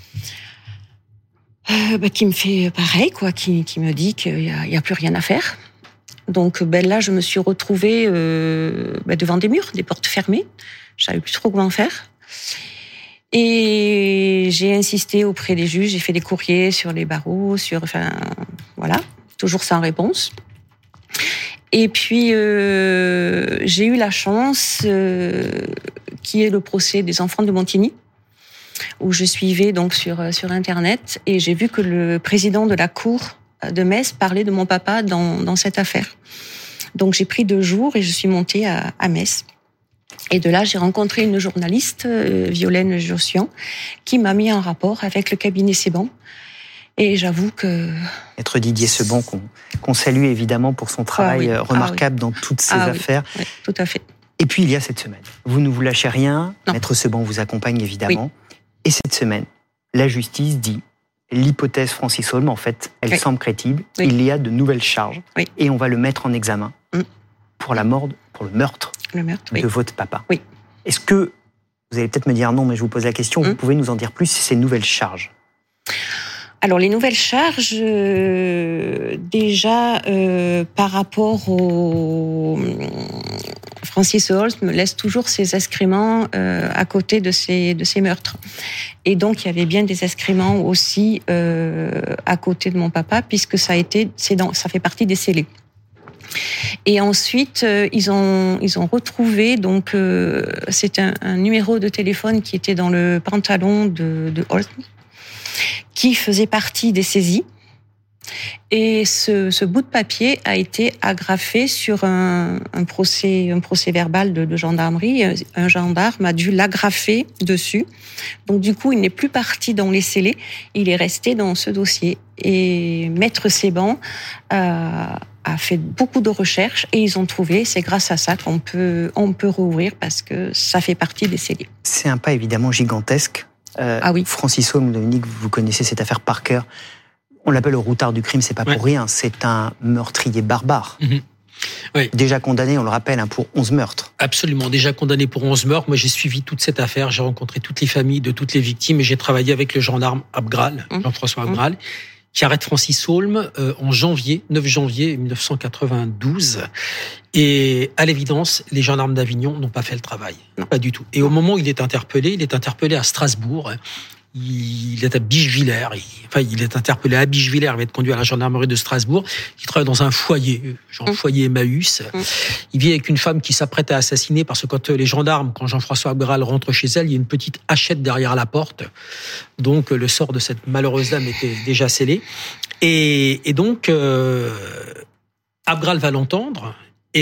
euh, bah, qui me fait pareil, quoi, qui, qui me dit qu'il n'y a, il y a plus rien à faire. Donc ben, là, je me suis retrouvée euh, bah, devant des murs, des portes fermées. Je savais plus trop comment faire. Et j'ai insisté auprès des juges, j'ai fait des courriers sur les barreaux, sur, enfin, voilà, toujours sans réponse. Et puis, euh, j'ai eu la chance euh, qui est le procès des enfants de Montigny, où je suivais donc sur, sur Internet, et j'ai vu que le président de la cour de Metz parlait de mon papa dans, dans cette affaire. Donc, j'ai pris deux jours et je suis montée à, à Metz. Et de là, j'ai rencontré une journaliste, euh, Violaine Jossian, qui m'a mis en rapport avec le cabinet Seban. Et j'avoue que... Maître Didier Seban, qu'on, qu'on salue évidemment pour son travail ah oui. remarquable ah oui. dans toutes ces ah affaires. Oui. Oui, tout à fait. Et puis, il y a cette semaine. Vous ne vous lâchez rien. Non. Maître Seban vous accompagne évidemment. Oui. Et cette semaine, la justice dit l'hypothèse Francis Holm, en fait, elle oui. semble crédible. Oui. Il y a de nouvelles charges. Oui. Et on va le mettre en examen mm. pour la mort, pour le meurtre, le meurtre de oui. votre papa. Oui. Est-ce que, vous allez peut-être me dire non, mais je vous pose la question, mm. vous pouvez nous en dire plus sur ces nouvelles charges? Alors, les nouvelles charges, euh, déjà, euh, par rapport au... Francis Holm laisse toujours ses excréments euh, à côté de ses, de ses meurtres. Et donc, il y avait bien des excréments aussi euh, à côté de mon papa, puisque ça a été, c'est dans, ça fait partie des scellés. Et ensuite, euh, ils ont ils ont retrouvé donc euh, c'est un, un numéro de téléphone qui était dans le pantalon de, de Holm, qui faisait partie des saisies. Et ce, ce bout de papier a été agrafé sur un, un procès, un procès verbal de, de gendarmerie. Un gendarme a dû l'agrafer dessus. Donc du coup, il n'est plus parti dans les scellés. Il est resté dans ce dossier. Et Maître Seban a, a fait beaucoup de recherches et ils ont trouvé. C'est grâce à ça qu'on peut, on peut rouvrir parce que ça fait partie des scellés. C'est un pas évidemment gigantesque. Euh, ah oui. Francis Holm, Dominique, vous connaissez cette affaire par cœur. On l'appelle le routard du crime, c'est pas ouais. pour rien. C'est un meurtrier barbare. Mmh. Oui. Déjà condamné, on le rappelle, hein, pour onze meurtres. Absolument, déjà condamné pour onze meurtres. Moi, j'ai suivi toute cette affaire, j'ai rencontré toutes les familles de toutes les victimes et j'ai travaillé avec le gendarme Abgral, mmh. Jean-François Abgral, mmh. qui arrête Francis Saulme euh, en janvier, neuf janvier dix-neuf cent quatre-vingt-douze. Et à l'évidence, les gendarmes d'Avignon n'ont pas fait le travail. Non. Pas du tout. Et au moment où il est interpellé, il est interpellé à Strasbourg. Il est à Bischwiller. Il, enfin, il est interpellé à Bischwiller. Il va être conduit à la gendarmerie de Strasbourg. Il travaille dans un foyer, genre mmh. foyer Emmaüs. Mmh. Il vit avec une femme qui s'apprête à assassiner parce que quand les gendarmes, quand Jean-François Abgral rentre chez elle, il y a une petite hachette derrière la porte. Donc, le sort de cette malheureuse dame était déjà scellé. Et, et donc, euh, Abgral va l'entendre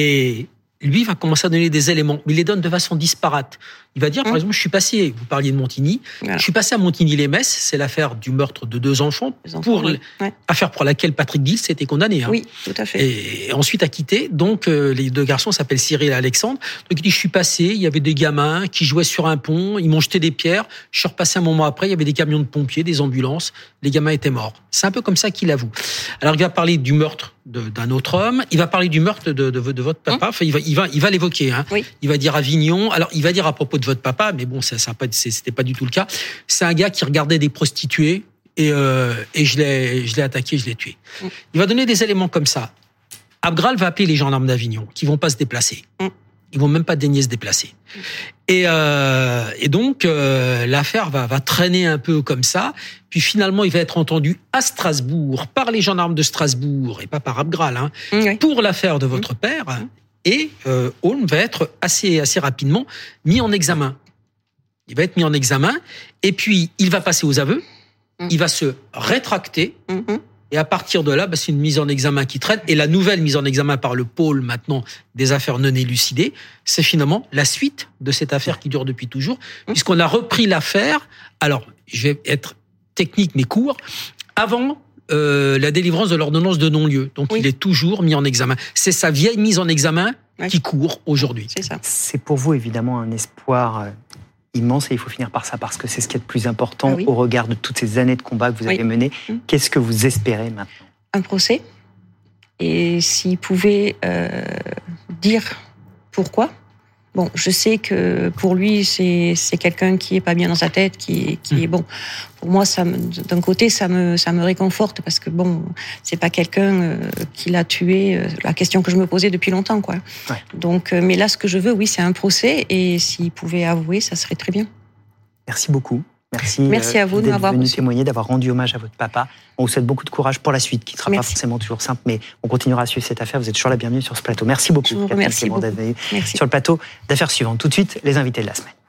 et lui va commencer à donner des éléments. Il les donne de façon disparate. Il va dire, par mmh. exemple, je suis passé, vous parliez de Montigny, voilà. je suis passé à Montigny-les-Metz, c'est l'affaire du meurtre de deux enfants, enfants pour oui. ouais. affaire pour laquelle Patrick Guils s'était condamné. Hein. Oui, tout à fait. Et ensuite acquitté. Donc, euh, les deux garçons s'appellent Cyril et Alexandre. Donc, il dit, je suis passé, il y avait des gamins qui jouaient sur un pont, ils m'ont jeté des pierres, je suis repassé un moment après, il y avait des camions de pompiers, des ambulances, les gamins étaient morts. C'est un peu comme ça qu'il avoue. Alors, il va parler du meurtre de, d'un autre homme, il va parler du meurtre de, de, de votre papa, mmh. enfin, il va, il va, il va l'évoquer. Hein. Oui. Il va dire Avignon, alors il va dire à propos de votre papa, mais bon, ça, ça pas, c'était pas du tout le cas. C'est un gars qui regardait des prostituées et, euh, et je l'ai, je l'ai attaqué, je l'ai tué. Mm. Il va donner des éléments comme ça. Abgral va appeler les gendarmes d'Avignon, qui vont pas se déplacer. Mm. Ils vont même pas daigner se déplacer. Mm. Et, euh, et donc euh, l'affaire va, va traîner un peu comme ça. Puis finalement, il va être entendu à Strasbourg par les gendarmes de Strasbourg et pas par Abgral, hein, mm, oui. pour l'affaire de votre mm. père. Mm. Et euh, Holm va être assez, assez rapidement mis en examen. Il va être mis en examen, et puis il va passer aux aveux, mmh. il va se rétracter, mmh. et à partir de là, bah, c'est une mise en examen qui traîne. Et la nouvelle mise en examen par le pôle maintenant des affaires non élucidées, c'est finalement la suite de cette affaire qui dure depuis toujours, mmh. puisqu'on a repris l'affaire, alors je vais être technique mais court, avant euh, la délivrance de l'ordonnance de non-lieu. Donc oui. il est toujours mis en examen. C'est sa vieille mise en examen oui. qui court aujourd'hui. C'est ça. C'est pour vous évidemment un espoir euh... immense et il faut finir par ça parce que c'est ce qui est le plus important ah oui. au regard de toutes ces années de combat que vous avez oui. menées. Mmh. Qu'est-ce que vous espérez maintenant ? Un procès. Et s'il pouvait euh, dire pourquoi. Bon, je sais que pour lui, c'est, c'est quelqu'un qui est pas bien dans sa tête, qui, qui mmh. est bon. Pour moi, ça me, d'un côté, ça me, ça me réconforte parce que bon, c'est pas quelqu'un euh, qui l'a tué. Euh, la question que je me posais depuis longtemps, quoi. Ouais. Donc, euh, mais là, ce que je veux, oui, c'est un procès et s'il pouvait avouer, ça serait très bien. Merci beaucoup. Merci, Merci à vous d'être de m'avoir venu reçu. témoigner, d'avoir rendu hommage à votre papa. On vous souhaite beaucoup de courage pour la suite, qui ne sera Merci. pas forcément toujours simple, mais on continuera à suivre cette affaire. Vous êtes toujours la bienvenue sur ce plateau. Merci beaucoup. Je vous remercie beaucoup. Merci. Sur le plateau d'affaires suivantes. Tout de suite, les invités de la semaine.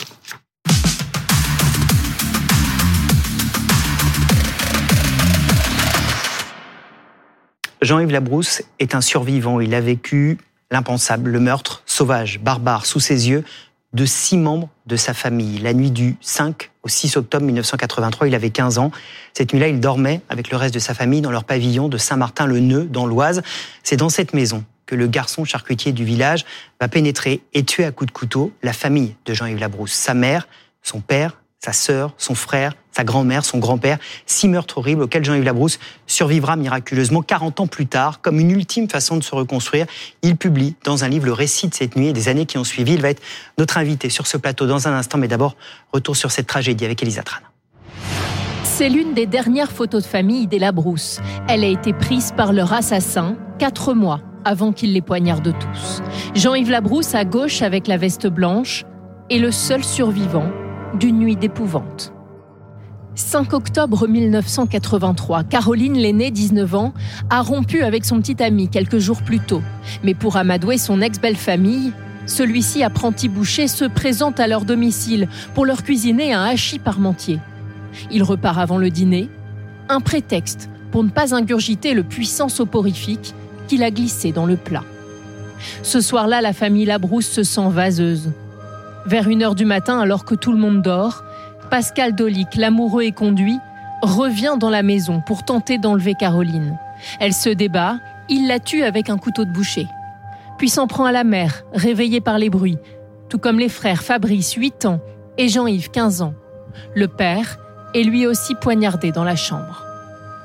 Jean-Yves Labrousse est un survivant. Il a vécu l'impensable, le meurtre sauvage, barbare, sous ses yeux, de six membres de sa famille. La nuit du cinq au six octobre dix-neuf cent quatre-vingt-trois, il avait quinze ans. Cette nuit-là, il dormait avec le reste de sa famille dans leur pavillon de Saint-Martin-le-Neu, dans l'Oise. C'est dans cette maison que le garçon charcutier du village va pénétrer et tuer à coups de couteau la famille de Jean-Yves Labrousse. Sa mère, son père, sa sœur, son frère, sa grand-mère, son grand-père. Six meurtres horribles auxquels Jean-Yves Labrousse survivra miraculeusement quarante ans plus tard. Comme une ultime façon de se reconstruire, il publie dans un livre le récit de cette nuit et des années qui ont suivi. Il va être notre invité sur ce plateau dans un instant, mais d'abord, retour sur cette tragédie avec Elisa Tran. C'est l'une des dernières photos de famille des Labrousse. Elle a été prise par leur assassin, quatre mois avant qu'il les poignarde tous. Jean-Yves Labrousse à gauche avec la veste blanche est le seul survivant d'une nuit d'épouvante. cinq octobre dix-neuf cent quatre-vingt-trois, Caroline, l'aînée, dix-neuf ans, a rompu avec son petit ami quelques jours plus tôt. Mais pour amadouer son ex-belle-famille, celui-ci, apprenti boucher, se présente à leur domicile pour leur cuisiner un hachis parmentier. Il repart avant le dîner, un prétexte pour ne pas ingurgiter le puissant soporifique qu'il a glissé dans le plat. Ce soir-là, la famille Labrousse se sent vaseuse. Vers une heure du matin, alors que tout le monde dort, Pascal Dolic, l'amoureux et conduit, revient dans la maison pour tenter d'enlever Caroline. Elle se débat, il la tue avec un couteau de boucher. Puis s'en prend à la mère, réveillée par les bruits, tout comme les frères Fabrice, huit ans, et Jean-Yves, quinze ans. Le père est lui aussi poignardé dans la chambre.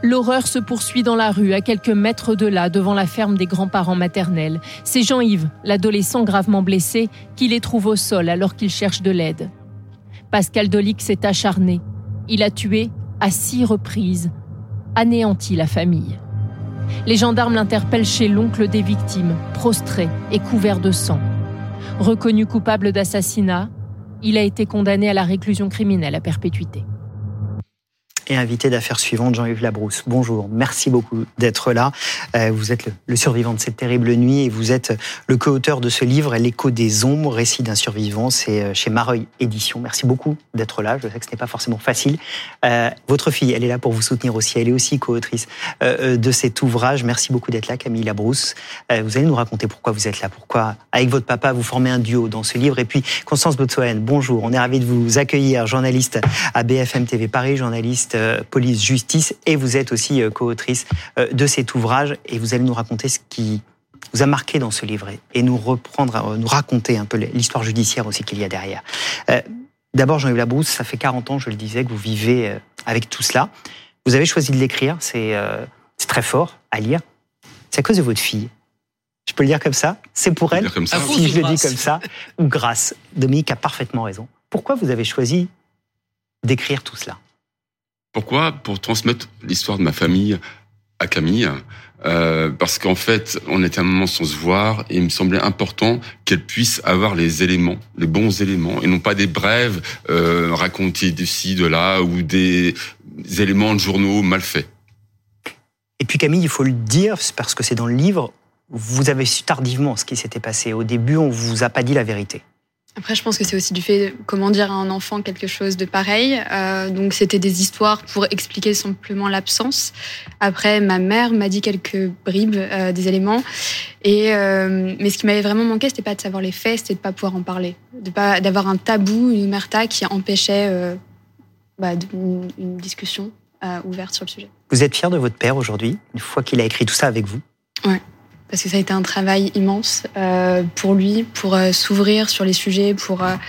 L'horreur se poursuit dans la rue, à quelques mètres de là, devant la ferme des grands-parents maternels. C'est Jean-Yves, l'adolescent gravement blessé, qui les trouve au sol alors qu'il cherche de l'aide. Pascal Dolic s'est acharné. Il a tué à six reprises, anéanti la famille. Les gendarmes l'interpellent chez l'oncle des victimes, prostré et couvert de sang. Reconnu coupable d'assassinat, il a été condamné à la réclusion criminelle à perpétuité. Et invité d'affaires suivantes, Jean-Yves Labrousse. Bonjour, merci beaucoup d'être là. Vous êtes le, le survivant de cette terrible nuit et vous êtes le co-auteur de ce livre, L'écho des ombres, récit d'un survivant. C'est chez Mareuil Éditions. Merci beaucoup d'être là. Je sais que ce n'est pas forcément facile. Euh, votre fille, elle est là pour vous soutenir aussi. Elle est aussi co-autrice euh, de cet ouvrage. Merci beaucoup d'être là, Camille Labrousse. Euh, vous allez nous raconter pourquoi vous êtes là, pourquoi, avec votre papa, vous formez un duo dans ce livre. Et puis, Constance Botsoen, bonjour. On est ravis de vous accueillir, journaliste à B F M T V Paris, journaliste police-justice, et vous êtes aussi co-autrice de cet ouvrage, et vous allez nous raconter ce qui vous a marqué dans ce livre, et nous reprendre, nous raconter un peu l'histoire judiciaire aussi qu'il y a derrière. D'abord, Jean-Yves Labrousse, ça fait quarante ans, je le disais, que vous vivez avec tout cela. Vous avez choisi de l'écrire, c'est, c'est très fort à lire. C'est à cause de votre fille. Je peux le dire comme ça? C'est pour elle, comme ça. Si je le dis comme ça, ou grâce. Dominique a parfaitement raison. Pourquoi vous avez choisi d'écrire tout cela? Pourquoi? Pour transmettre l'histoire de ma famille à Camille, euh, parce qu'en fait, on était à un moment sans se voir, et il me semblait important qu'elle puisse avoir les éléments, les bons éléments, et non pas des brèves euh, racontées d'ici, de là, ou des, des éléments de journaux mal faits. Et puis Camille, il faut le dire, parce que c'est dans le livre, vous avez su tardivement ce qui s'était passé. Au début, on vous a pas dit la vérité. Après, je pense que c'est aussi du fait, comment dire à un enfant quelque chose de pareil. Euh, donc, c'était des histoires pour expliquer simplement l'absence. Après, ma mère m'a dit quelques bribes, euh, des éléments. Et euh, mais ce qui m'avait vraiment manqué, c'était pas de savoir les faits, c'était de pas pouvoir en parler, de pas d'avoir un tabou, une omerta qui empêchait euh, bah, une, une discussion euh, ouverte sur le sujet. Vous êtes fière de votre père aujourd'hui, une fois qu'il a écrit tout ça avec vous? Ouais. Parce que ça a été un travail immense euh, pour lui, pour euh, s'ouvrir sur les sujets, pour... Euh,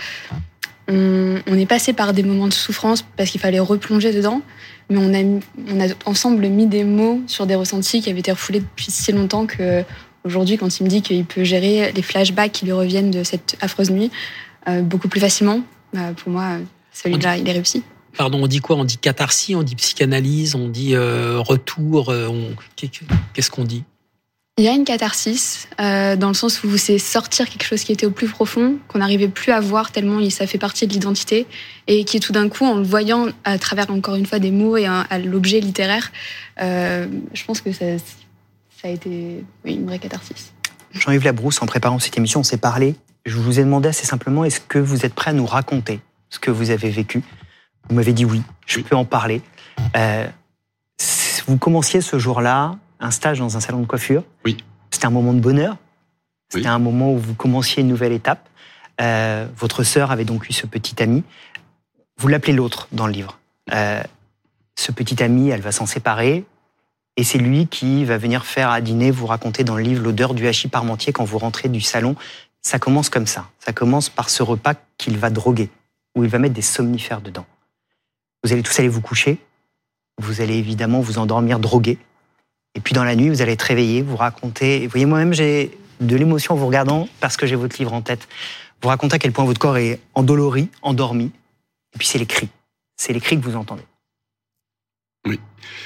on, on est passé par des moments de souffrance parce qu'il fallait replonger dedans, mais on a, mis, on a ensemble mis des mots sur des ressentis qui avaient été refoulés depuis si longtemps qu'aujourd'hui, quand il me dit qu'il peut gérer les flashbacks qui lui reviennent de cette affreuse nuit euh, beaucoup plus facilement, bah, pour moi, celui-là, il est réussi. Pardon, on dit quoi? On dit catharsis, on dit psychanalyse, on dit euh, retour, euh, on... qu'est-ce qu'on dit? Il y a une catharsis, euh, dans le sens où c'est sortir quelque chose qui était au plus profond, qu'on n'arrivait plus à voir tellement ça fait partie de l'identité, et qui tout d'un coup, en le voyant à travers encore une fois des mots et un, à l'objet littéraire, euh, je pense que ça, ça a été oui, une vraie catharsis. Jean-Yves Labrousse, en préparant cette émission, on s'est parlé. Je vous ai demandé assez simplement, est-ce que vous êtes prêt à nous raconter ce que vous avez vécu? Vous m'avez dit oui, je peux en parler. Euh, vous commenciez ce jour-là un stage dans un salon de coiffure. Oui. C'était un moment de bonheur. C'était oui. un moment où vous commenciez une nouvelle étape. Euh, votre sœur avait donc eu ce petit ami. Vous l'appelez l'autre dans le livre. Euh, ce petit ami, elle va s'en séparer. Et c'est lui qui va venir faire à dîner, vous raconter dans le livre l'odeur du hachis parmentier quand vous rentrez du salon. Ça commence comme ça. Ça commence par ce repas qu'il va droguer, où il va mettre des somnifères dedans. Vous allez tous aller vous coucher. Vous allez évidemment vous endormir drogué. Et puis dans la nuit, vous allez être réveillé, vous racontez... Vous voyez, moi-même, j'ai de l'émotion en vous regardant parce que j'ai votre livre en tête. Vous racontez à quel point votre corps est endolori, endormi. Et puis c'est les cris. C'est les cris que vous entendez. Oui.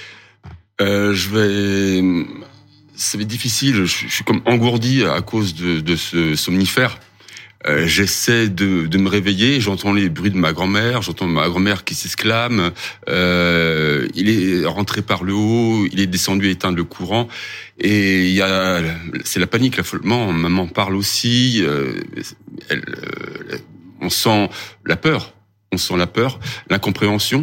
Euh, je vais... Ça va être difficile. Je suis comme engourdi à cause de, de ce somnifère. Euh, j'essaie de, de me réveiller, j'entends les bruits de ma grand-mère, j'entends ma grand-mère qui s'exclame, euh, il est rentré par le haut, il est descendu éteindre le courant, et il y a, c'est la panique, l'affolement, maman parle aussi, euh, elle, euh, on sent la peur, on sent la peur, l'incompréhension,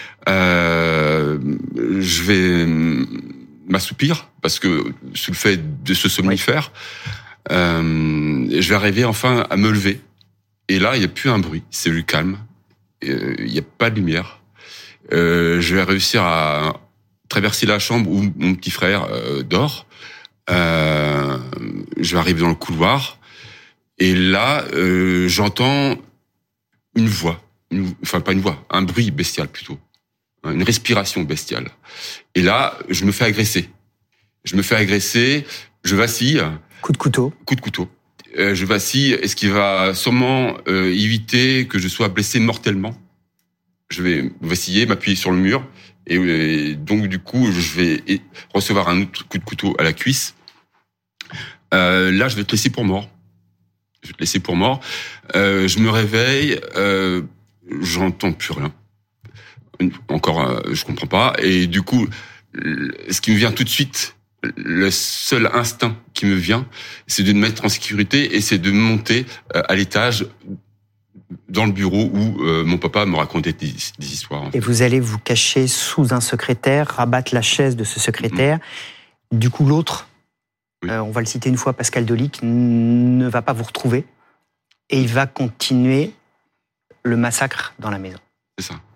euh, je vais m'assoupir, parce que sous le fait de ce somnifère, oui. Euh, je vais arriver enfin à me lever. Et là, il n'y a plus un bruit, c'est le calme. Euh, il n'y a pas de lumière. Euh, je vais réussir à traverser la chambre où mon petit frère euh, dort. Euh, je vais arriver dans le couloir. Et là, euh, j'entends une voix. Une, enfin, pas une voix, un bruit bestial plutôt. une respiration bestiale. Et là, je me fais agresser. Je me fais agresser, je vacille. Coup de couteau. Coup de couteau. Euh, je vacille, et ce qui va sûrement euh, éviter que je sois blessé mortellement. Je vais vaciller, m'appuyer sur le mur, et, et donc du coup, je vais recevoir un autre coup de couteau à la cuisse. Euh, là, je vais te laisser pour mort. Je vais te laisser pour mort. Euh, je me réveille, euh, j'entends plus rien. Encore, euh, je comprends pas. Et du coup, ce qui me vient tout de suite, le seul instinct qui me vient, c'est de me mettre en sécurité et c'est de monter euh, à l'étage dans le bureau où euh, mon papa me racontait des, des histoires. En fait. Et vous allez vous cacher sous un secrétaire, rabattre la chaise de ce secrétaire. Mmh. Du coup, l'autre, oui. euh, on va le citer une fois, Pascal Dolic, ne va pas vous retrouver et il va continuer le massacre dans la maison. C'est ça.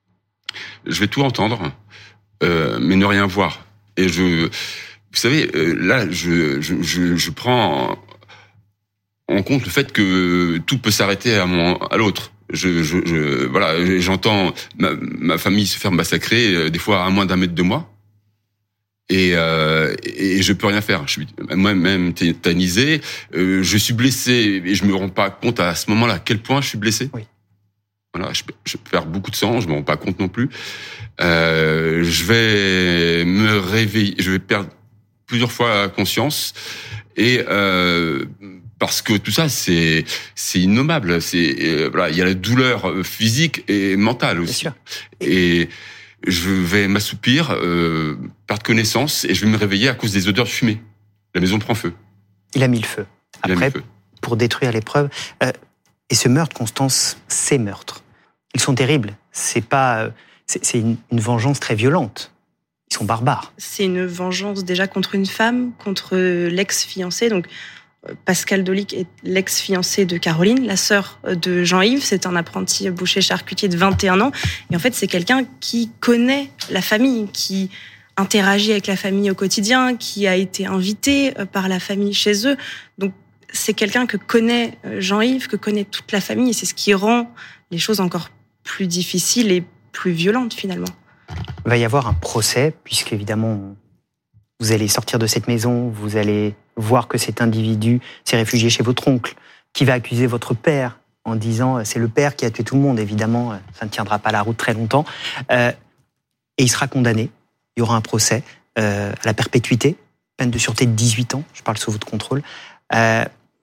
Je vais tout entendre, euh, mais ne rien voir. Et je... Vous savez, là, je, je, je, je prends en compte le fait que tout peut s'arrêter à, mon, à l'autre. Je, je, je, voilà, j'entends ma, ma famille se faire massacrer, des fois à moins d'un mètre de moi, et, euh, et je peux rien faire. Je suis moi-même tétanisé, euh, je suis blessé, et je me rends pas compte à ce moment-là à quel point je suis blessé. Oui. Voilà, je, je perds beaucoup de sang, je me rends pas compte non plus. Euh, je vais me réveiller, je vais perdre plusieurs fois conscience et euh, parce que tout ça c'est c'est innommable, c'est euh, voilà, il y a la douleur physique et mentale aussi. Bien sûr. Et je vais m'assoupir, euh, perdre connaissance et je vais me réveiller à cause des odeurs de fumée. La maison prend feu. Il a mis le feu. Il Après, a mis le feu. Pour détruire les preuves. Euh, et ce meurtre, Constance, ces meurtres, ils sont terribles. C'est pas, c'est, c'est une, une vengeance très violente. Ils sont barbares. C'est une vengeance déjà contre une femme, contre l'ex-fiancé. Donc, Pascal Dolic est l'ex-fiancé de Caroline, la sœur de Jean-Yves. C'est un apprenti boucher charcutier de vingt et un ans. Et en fait, c'est quelqu'un qui connaît la famille, qui interagit avec la famille au quotidien, qui a été invité par la famille chez eux. Donc, c'est quelqu'un que connaît Jean-Yves, que connaît toute la famille. Et c'est ce qui rend les choses encore plus difficiles et plus violentes, finalement. Il va y avoir un procès, puisque évidemment, vous allez sortir de cette maison, vous allez voir que cet individu s'est réfugié chez votre oncle, qui va accuser votre père en disant c'est le père qui a tué tout le monde. Évidemment, ça ne tiendra pas la route très longtemps. Euh, et il sera condamné. Il y aura un procès euh, à la perpétuité, peine de sûreté de dix-huit ans. Je parle sous votre contrôle. Euh,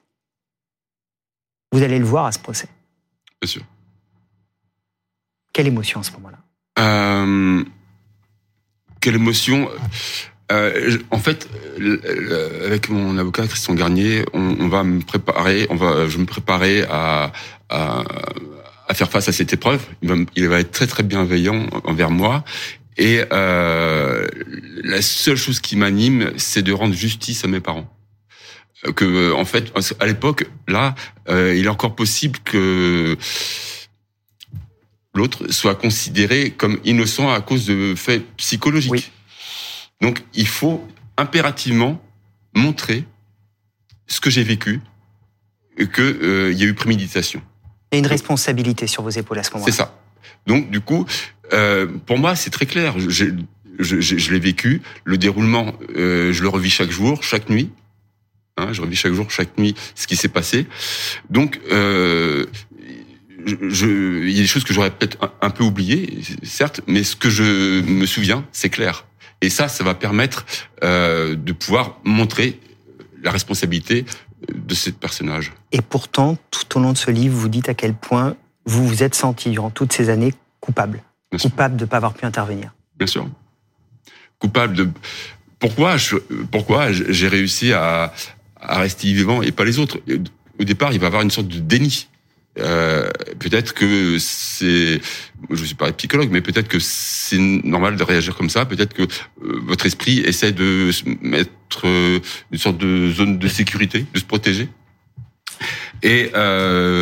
vous allez le voir à ce procès. Bien sûr. Quelle émotion à ce moment-là? Euh, quelle émotion euh, En fait, euh, avec mon avocat Christian Garnier, on, on va me préparer, on va, je vais me préparer à, à, à faire face à cette épreuve. Il va, il va être très très bienveillant envers moi. Et euh, la seule chose qui m'anime, c'est de rendre justice à mes parents. Que, en fait, à l'époque, là, euh, il est encore possible que l'autre soit considéré comme innocent à cause de faits psychologiques. Oui. Donc, il faut impérativement montrer ce que j'ai vécu, et qu'il euh, y a eu préméditation. Il y a une responsabilité sur vos épaules à ce moment-là. C'est ça. Donc, du coup, euh, pour moi, c'est très clair. J'ai, je, je, je l'ai vécu. Le déroulement, euh, je le revis chaque jour, chaque nuit. Hein, je revis chaque jour, chaque nuit, ce qui s'est passé. Donc, euh, je, je, il y a des choses que j'aurais peut-être un, un peu oubliées, certes, mais ce que je me souviens, c'est clair. Et ça, ça va permettre euh, de pouvoir montrer la responsabilité de ce personnage. Et pourtant, tout au long de ce livre, vous dites à quel point vous vous êtes senti, durant toutes ces années, coupable. Bien sûr. Coupable de ne pas avoir pu intervenir. Bien sûr. Coupable de... Pourquoi, je... Pourquoi j'ai réussi à, à rester vivant et pas les autres? Au départ, il va y avoir une sorte de déni. Euh, peut-être que c'est, je suis pas psychologue, mais peut-être que c'est normal de réagir comme ça. Peut-être que euh, votre esprit essaie de se mettre euh, une sorte de zone de sécurité, de se protéger. Et euh,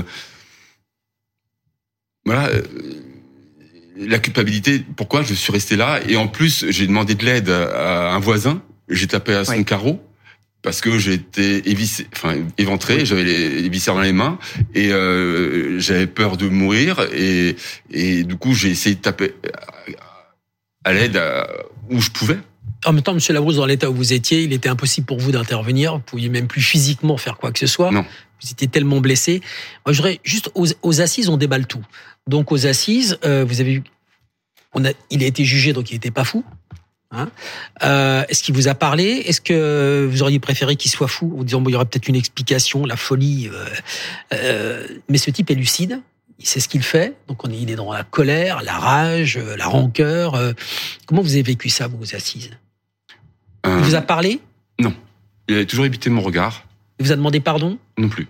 voilà, euh, la culpabilité. Pourquoi je suis resté là? Et en plus, j'ai demandé de l'aide à un voisin. J'ai tapé à son oui. carreau. Parce que j'étais évissé, enfin éventré, j'avais les, les viscères dans les mains et euh, j'avais peur de mourir et et du coup j'ai essayé de taper à l'aide à, où je pouvais. En même temps, M. Labrousse, dans l'état où vous étiez, il était impossible pour vous d'intervenir. Vous ne pouviez même plus physiquement faire quoi que ce soit. Non. Vous étiez tellement blessé. Moi, je voudrais juste aux, aux assises, on déballe tout. Donc, aux assises, euh, vous avez vu, on a, il a été jugé, donc il n'était pas fou. Hein euh, est-ce qu'il vous a parlé ? Est-ce que vous auriez préféré qu'il soit fou en disant bon, il y aura peut-être une explication, la folie. Euh, euh, mais ce type est lucide. Il sait ce qu'il fait. Donc, on est, il est dans la colère, la rage, la rancœur. Euh, comment vous avez vécu ça, vous, aux assises ? Euh, Il vous a parlé ? Non. Il a toujours évité mon regard. Il vous a demandé pardon ? Non plus.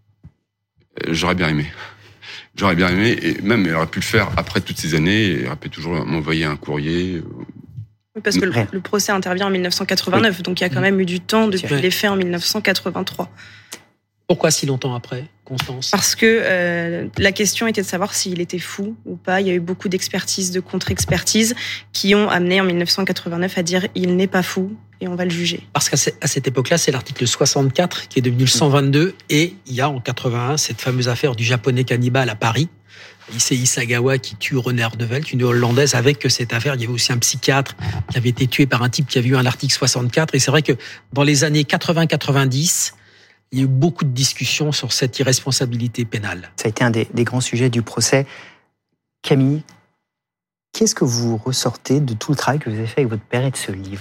J'aurais bien aimé. J'aurais bien aimé, et même il aurait pu le faire après toutes ces années, il aurait pu toujours m'envoyer un courrier. Oui, parce que le, le procès intervient en dix-neuf cent quatre-vingt-neuf, oui. Donc il y a quand même eu du temps depuis oui. les faits en dix-neuf cent quatre-vingt-trois. Pourquoi si longtemps après, Constance ? Parce que euh, la question était de savoir s'il était fou ou pas. Il y a eu beaucoup d'expertises, de contre-expertises qui ont amené en dix-neuf cent quatre-vingt-neuf à dire il n'est pas fou et on va le juger. Parce qu'à cette époque-là, c'est l'article soixante-quatre qui est devenu le cent vingt-deux et il y a en quatre-vingt-un cette fameuse affaire du japonais cannibale à Paris. Issei Sagawa qui tue René Ardevelt, une hollandaise. Avec cette affaire, il y avait aussi un psychiatre qui avait été tué par un type qui avait eu un article soixante-quatre. Et c'est vrai que dans les années quatre-vingts quatre-vingt-dix, il y a eu beaucoup de discussions sur cette irresponsabilité pénale. Ça a été un des, des grands sujets du procès. Camille, qu'est-ce que vous ressortez de tout le travail que vous avez fait avec votre père et de ce livre ?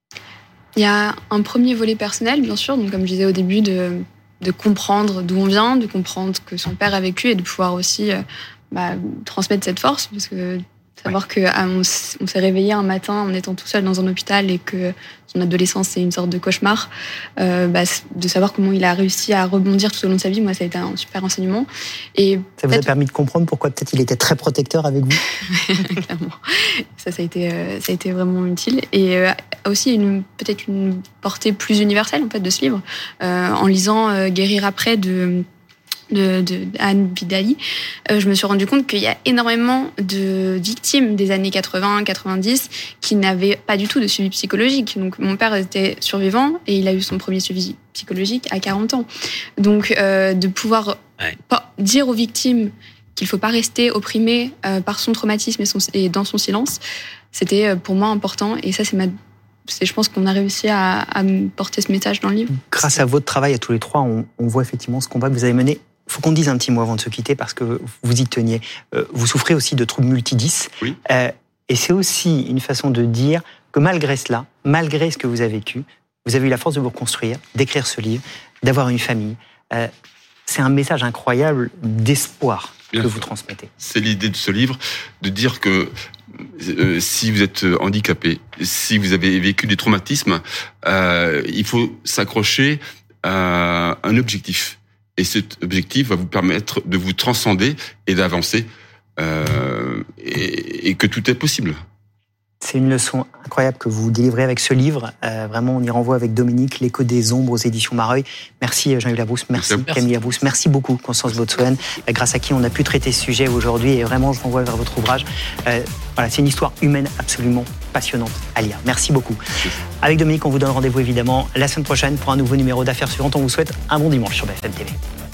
Il y a un premier volet personnel, bien sûr, donc comme je disais au début, de, de comprendre d'où on vient, de comprendre que son père a vécu et de pouvoir aussi euh, bah, transmettre cette force, parce que savoir ouais. qu'on on s'est réveillé un matin en étant tout seul dans un hôpital et que son adolescence c'est une sorte de cauchemar, euh, bah, de savoir comment il a réussi à rebondir tout au long de sa vie, moi ça a été un super enseignement. Et ça vous a permis de comprendre pourquoi peut-être il était très protecteur avec vous. Clairement, ça, ça a été, ça a été vraiment utile. Et euh, aussi une, peut-être une portée plus universelle en fait de ce livre, euh, en lisant euh, Guérir après de de, de Anne Bidali, euh, je me suis rendu compte qu'il y a énormément de victimes des années quatre-vingts quatre-vingt-dix qui n'avaient pas du tout de suivi psychologique. Donc mon père était survivant et il a eu son premier suivi psychologique à quarante ans. Donc euh, de pouvoir ouais. pas dire aux victimes qu'il ne faut pas rester opprimé euh, par son traumatisme et, son, et dans son silence, c'était pour moi important. Et ça, c'est ma C'est, je pense qu'on a réussi à, à porter ce message dans le livre. Grâce à votre travail à tous les trois, on, on voit effectivement ce combat que vous avez mené. Il faut qu'on dise un petit mot avant de se quitter parce que vous y teniez. Euh, vous souffrez aussi de troubles multidis. Oui. Euh, et c'est aussi une façon de dire que malgré cela, malgré ce que vous avez vécu, vous avez eu la force de vous reconstruire, d'écrire ce livre, d'avoir une famille. Euh, c'est un message incroyable d'espoir Bien que sûr. Vous transmettez. C'est l'idée de ce livre, de dire que Euh, si vous êtes handicapé, si vous avez vécu des traumatismes, euh, il faut s'accrocher à un objectif. Et cet objectif va vous permettre de vous transcender et d'avancer, euh, et, et que tout est possible. C'est une leçon incroyable que vous délivrez avec ce livre. Euh, vraiment, on y renvoie avec Dominique, L'écho des ombres aux éditions Mareuil. Merci Jean-Yves Labrousse, merci, merci Camille Labrousse, merci beaucoup Constance Botswen, grâce à qui on a pu traiter ce sujet aujourd'hui. Et vraiment, je renvoie vers votre ouvrage. Euh, voilà, c'est une histoire humaine absolument passionnante à lire. Merci beaucoup. Avec Dominique, on vous donne rendez-vous évidemment la semaine prochaine pour un nouveau numéro d'Affaires suivantes. On vous souhaite un bon dimanche sur B F M T V.